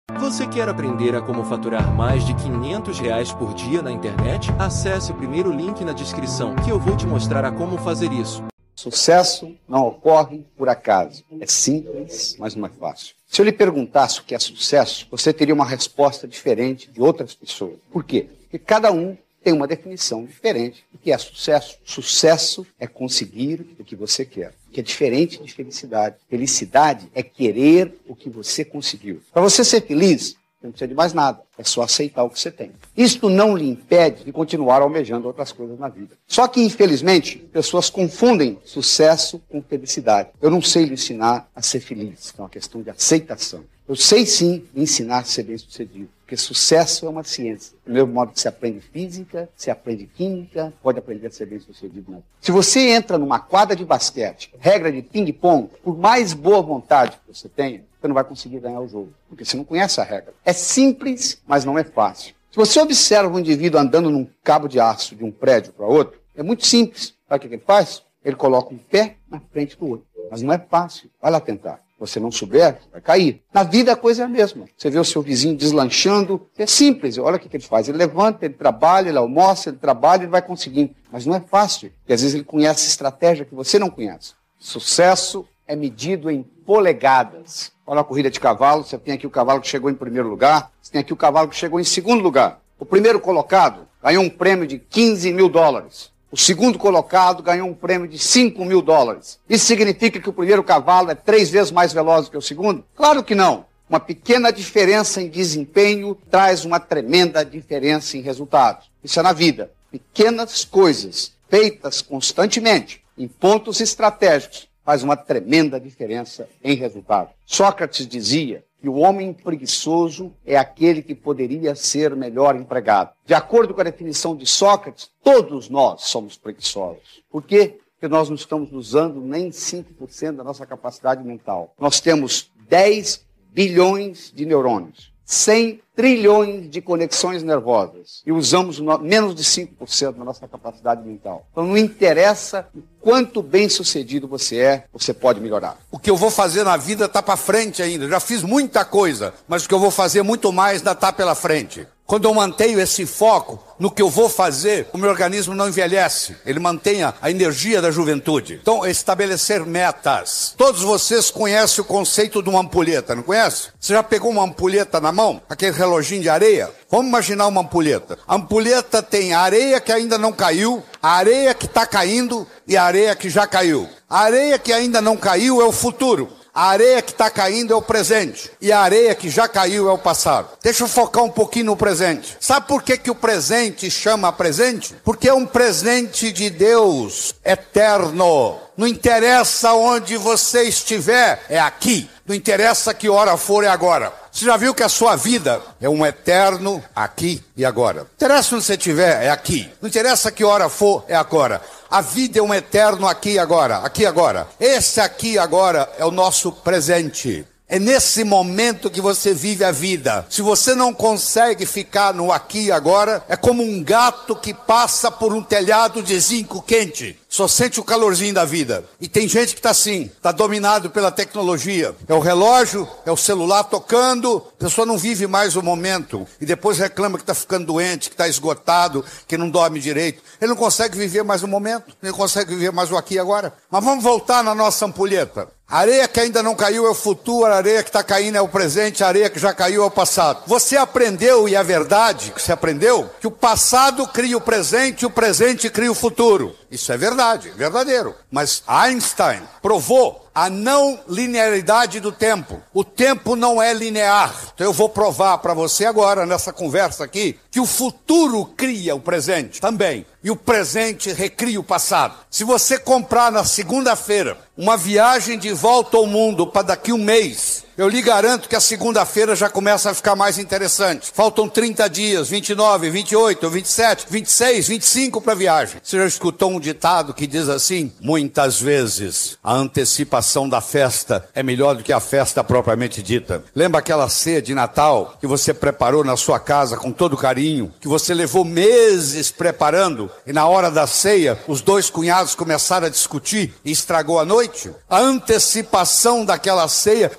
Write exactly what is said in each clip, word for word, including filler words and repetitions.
Você quer aprender a como faturar mais de quinhentos reais por dia na internet? Acesse o primeiro link na descrição que eu vou te mostrar a como fazer isso. Sucesso não ocorre por acaso. É simples, mas não é fácil. Se eu lhe perguntasse o que é sucesso, você teria uma resposta diferente de outras pessoas. Por quê? Porque cada um tem uma definição diferente do que é sucesso. Sucesso é conseguir o que você quer, que é diferente de felicidade. Felicidade é querer o que você conseguiu. Para você ser feliz, não precisa de mais nada. É só aceitar o que você tem. Isto não lhe impede de continuar almejando outras coisas na vida. Só que, infelizmente, pessoas confundem sucesso com felicidade. Eu não sei lhe ensinar a ser feliz, é uma questão de aceitação. Eu sei sim lhe ensinar a ser bem-sucedido, porque sucesso é uma ciência. Do mesmo modo que se aprende física, se aprende química, pode aprender a ser bem-sucedido na vida. Se você entra numa quadra de basquete, regra de ping-pong, por mais boa vontade que você tenha, você não vai conseguir ganhar o jogo, porque você não conhece a regra. É simples, mas não é fácil. Se você observa um indivíduo andando num cabo de aço de um prédio para outro, é muito simples. Sabe o que ele faz? Ele coloca um pé na frente do outro. Mas não é fácil. Vai lá tentar. Se você não souber, vai cair. Na vida a coisa é a mesma. Você vê o seu vizinho deslanchando, é simples. Olha o que ele faz. Ele levanta, ele trabalha, ele almoça, ele trabalha, ele vai conseguindo. Mas não é fácil, porque às vezes ele conhece estratégia que você não conhece. Sucesso é medido em polegadas. Olha a corrida de cavalo, você tem aqui o cavalo que chegou em primeiro lugar, você tem aqui o cavalo que chegou em segundo lugar. O primeiro colocado ganhou um prêmio de quinze mil dólares. O segundo colocado ganhou um prêmio de cinco mil dólares. Isso significa que o primeiro cavalo é três vezes mais veloz do que o segundo? Claro que não. Uma pequena diferença em desempenho traz uma tremenda diferença em resultados. Isso é na vida. Pequenas coisas feitas constantemente em pontos estratégicos faz uma tremenda diferença em resultado. Sócrates dizia que o homem preguiçoso é aquele que poderia ser melhor empregado. De acordo com a definição de Sócrates, todos nós somos preguiçosos. Por quê? Porque nós não estamos usando nem cinco por cento da nossa capacidade mental. Nós temos dez bilhões de neurônios, cem trilhões de conexões nervosas e usamos menos de cinco por cento da nossa capacidade mental. Então não interessa o quanto bem sucedido você é, você pode melhorar. O que eu vou fazer na vida está para frente ainda. Já fiz muita coisa, mas o que eu vou fazer muito mais ainda está pela frente. Quando eu mantenho esse foco no que eu vou fazer, o meu organismo não envelhece. Ele mantém a energia da juventude. Então, estabelecer metas. Todos vocês conhecem o conceito de uma ampulheta, não conhece? Você já pegou uma ampulheta na mão? Aquele reloginho de areia? Vamos imaginar uma ampulheta. A ampulheta tem a areia que ainda não caiu, a areia que está caindo e a areia que já caiu. A areia que ainda não caiu é o futuro. A areia que está caindo é o presente. E a areia que já caiu é o passado. Deixa eu focar um pouquinho no presente. Sabe por que, que o presente chama presente? Porque é um presente de Deus eterno. Não interessa onde você estiver, é aqui. Não interessa que hora for, é agora. Você já viu que a sua vida é um eterno aqui e agora. Não interessa onde você estiver, é aqui. Não interessa que hora for, é agora. A vida é um eterno aqui e agora, aqui e agora. Esse aqui e agora é o nosso presente. É nesse momento que você vive a vida. Se você não consegue ficar no aqui e agora, é como um gato que passa por um telhado de zinco quente. Só sente o calorzinho da vida. E tem gente que está assim, está dominado pela tecnologia. É o relógio, é o celular tocando, a pessoa não vive mais o momento. E depois reclama que está ficando doente, que está esgotado, que não dorme direito. Ele não consegue viver mais o momento, ele não consegue viver mais o aqui e agora. Mas vamos voltar na nossa ampulheta. A areia que ainda não caiu é o futuro, a areia que está caindo é o presente, a areia que já caiu é o passado. Você aprendeu, e é verdade que você aprendeu, que o passado cria o presente e o presente cria o futuro. Isso é verdade, verdadeiro. Mas Einstein provou a não linearidade do tempo. O tempo não é linear. Então eu vou provar para você agora, nessa conversa aqui, que o futuro cria o presente também. E o presente recria o passado. Se você comprar na segunda-feira uma viagem de volta ao mundo para daqui um mês, eu lhe garanto que a segunda-feira já começa a ficar mais interessante. Faltam trinta dias, vinte e nove, vinte e oito, vinte e sete, vinte e seis, vinte e cinco para a viagem. Você já escutou um ditado que diz assim? Muitas vezes a antecipação da festa é melhor do que a festa propriamente dita. Lembra aquela ceia de Natal que você preparou na sua casa com todo carinho, que você levou meses preparando e na hora da ceia os dois cunhados começaram a discutir e estragou a noite? A antecipação daquela ceia foi muito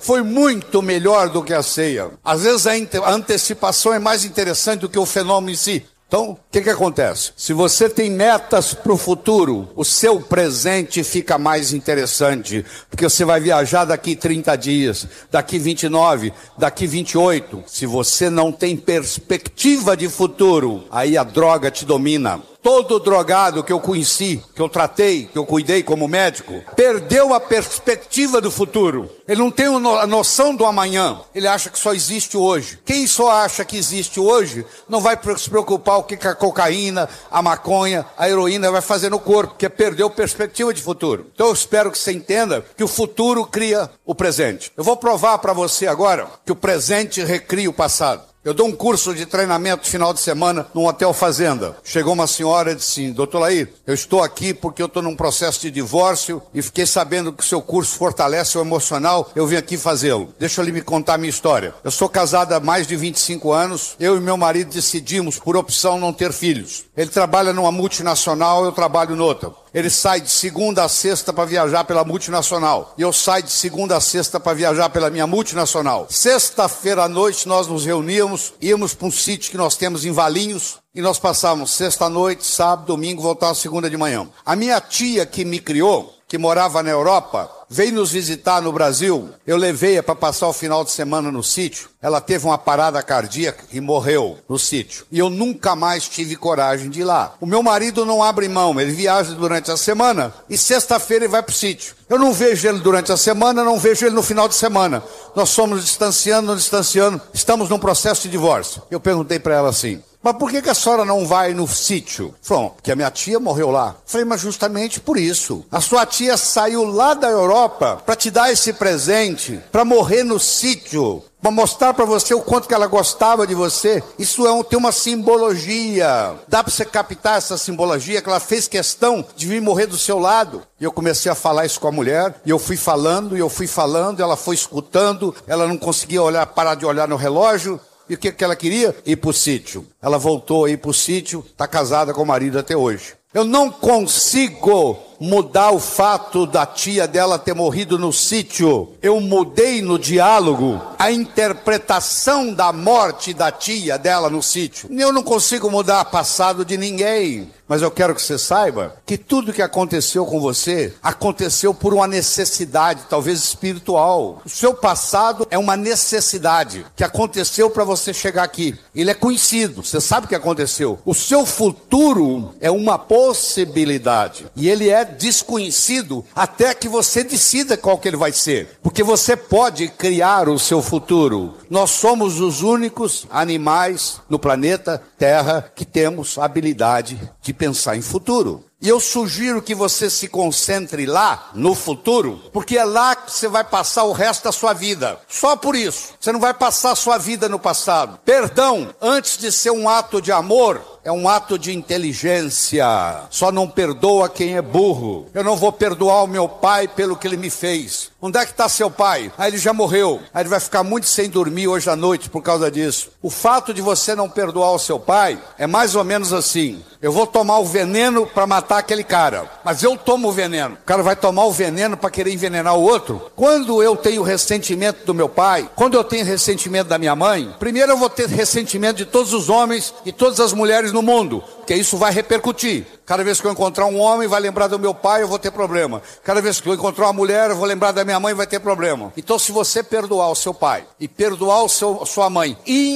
muito melhor do que a ceia. Às vezes a, a antecipação é mais interessante do que o fenômeno em si. Então, o que que acontece? Se você tem metas para o futuro, o seu presente fica mais interessante, porque você vai viajar daqui trinta dias, daqui vinte e nove, daqui vinte e oito. Se você não tem perspectiva de futuro, aí a droga te domina. Todo drogado que eu conheci, que eu tratei, que eu cuidei como médico, perdeu a perspectiva do futuro. Ele não tem a noção do amanhã. Ele acha que só existe hoje. Quem só acha que existe hoje, não vai se preocupar o que a cocaína, a maconha, a heroína vai fazer no corpo, porque perdeu perspectiva de futuro. Então eu espero que você entenda que o futuro cria o presente. Eu vou provar para você agora que o presente recria o passado. Eu dou um curso de treinamento final de semana num hotel fazenda. Chegou uma senhora e disse assim: doutor Laí, eu estou aqui porque eu estou num processo de divórcio e fiquei sabendo que o seu curso fortalece o emocional, eu vim aqui fazê-lo. Deixa eu lhe me contar a minha história. Eu sou casada há mais de vinte e cinco anos, eu e meu marido decidimos por opção não ter filhos. Ele trabalha numa multinacional, eu trabalho noutra. Ele sai de segunda a sexta para viajar pela multinacional. E eu saio de segunda a sexta para viajar pela minha multinacional. Sexta-feira à noite nós nos reuníamos, íamos para um sítio que nós temos em Valinhos, e nós passávamos sexta-noite, sábado, domingo, voltávamos segunda de manhã. A minha tia que me criou, que morava na Europa, veio nos visitar no Brasil. Eu levei-a para passar o final de semana no sítio. Ela teve uma parada cardíaca e morreu no sítio. E eu nunca mais tive coragem de ir lá. O meu marido não abre mão, ele viaja durante a semana e sexta-feira ele vai para o sítio. Eu não vejo ele durante a semana, não vejo ele no final de semana. Nós somos distanciando, distanciando, estamos num processo de divórcio. Eu perguntei para ela assim: mas por que que a senhora não vai no sítio? Falou: porque a minha tia morreu lá. Falei: mas justamente por isso. A sua tia saiu lá da Europa para te dar esse presente, para morrer no sítio, para mostrar para você o quanto que ela gostava de você. Isso é um, tem uma simbologia. Dá para você captar essa simbologia, que ela fez questão de vir morrer do seu lado. E eu comecei a falar isso com a mulher, e eu fui falando, e eu fui falando, ela foi escutando, ela não conseguia olhar, parar de olhar no relógio. E o que que ela queria? Ir para o sítio. Ela voltou a ir para o sítio, está casada com o marido até hoje. Eu não consigo mudar o fato da tia dela ter morrido no sítio. Eu mudei no diálogo a interpretação da morte da tia dela no sítio. Eu não consigo mudar o passado de ninguém. Mas eu quero que você saiba que tudo que aconteceu com você, aconteceu por uma necessidade, talvez espiritual. O seu passado é uma necessidade que aconteceu para você chegar aqui. Ele é conhecido, você sabe o que aconteceu. O seu futuro é uma possibilidade. E ele é desconhecido até que você decida qual que ele vai ser. Porque você pode criar o seu futuro. Nós somos os únicos animais no planeta Terra que temos a habilidade de pensar em futuro. E eu sugiro que você se concentre lá, no futuro, porque é lá que você vai passar o resto da sua vida. Só por isso. Você não vai passar a sua vida no passado. Perdão, antes de ser um ato de amor, é um ato de inteligência. Só não perdoa quem é burro. Eu não vou perdoar o meu pai pelo que ele me fez. Onde é que está seu pai? Ah, ele já morreu. Aí ele vai ficar muito sem dormir hoje à noite por causa disso. O fato de você não perdoar o seu pai é mais ou menos assim: eu vou tomar o veneno para matar aquele cara, mas eu tomo o veneno. O cara vai tomar o veneno para querer envenenar o outro. Quando eu tenho ressentimento do meu pai, quando eu tenho ressentimento da minha mãe, primeiro eu vou ter ressentimento de todos os homens e todas as mulheres no mundo, porque isso vai repercutir. Cada vez que eu encontrar um homem, vai lembrar do meu pai, eu vou ter problema. Cada vez que eu encontrar uma mulher, eu vou lembrar da minha mãe, vai ter problema. Então, se você perdoar o seu pai e perdoar o seu, sua mãe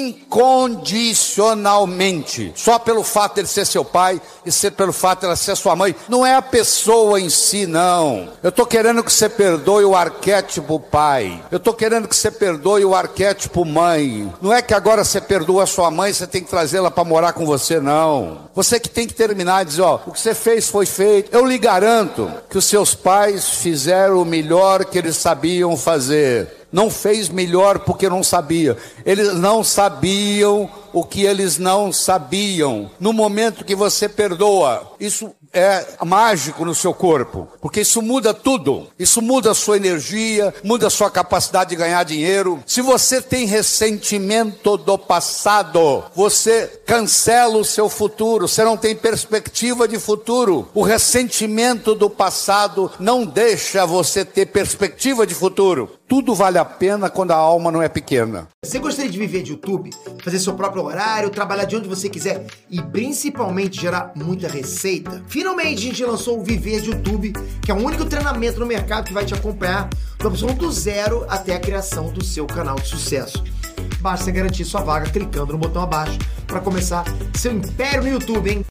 incondicionalmente, só pelo fato de ele ser seu pai e ser pelo fato de ela ser sua mãe, não é a pessoa em si, não. Eu estou querendo que você perdoe o arquétipo pai. Eu estou querendo que você perdoe o arquétipo mãe. Não é que agora você perdoa a sua mãe, você tem que trazê-la para morar com você, não. Você que tem que terminar e dizer: ó, o que você fez foi feito. Eu lhe garanto que os seus pais fizeram o melhor que eles sabiam fazer. Não fez melhor porque não sabia. Eles não sabiam o que eles não sabiam. No momento que você perdoa, isso é mágico no seu corpo, porque isso muda tudo. Isso muda a sua energia, muda a sua capacidade de ganhar dinheiro. Se você tem ressentimento do passado, você cancela o seu futuro. Você não tem perspectiva de futuro. O ressentimento do passado não deixa você ter perspectiva de futuro. Tudo vale a pena quando a alma não é pequena. Você gostaria de viver de YouTube, fazer seu próprio horário, trabalhar de onde você quiser e principalmente gerar muita receita? Finalmente a gente lançou o Viver de YouTube, que é o único treinamento no mercado que vai te acompanhar do absoluto zero até a criação do seu canal de sucesso. Basta garantir sua vaga clicando no botão abaixo para começar seu império no YouTube, hein?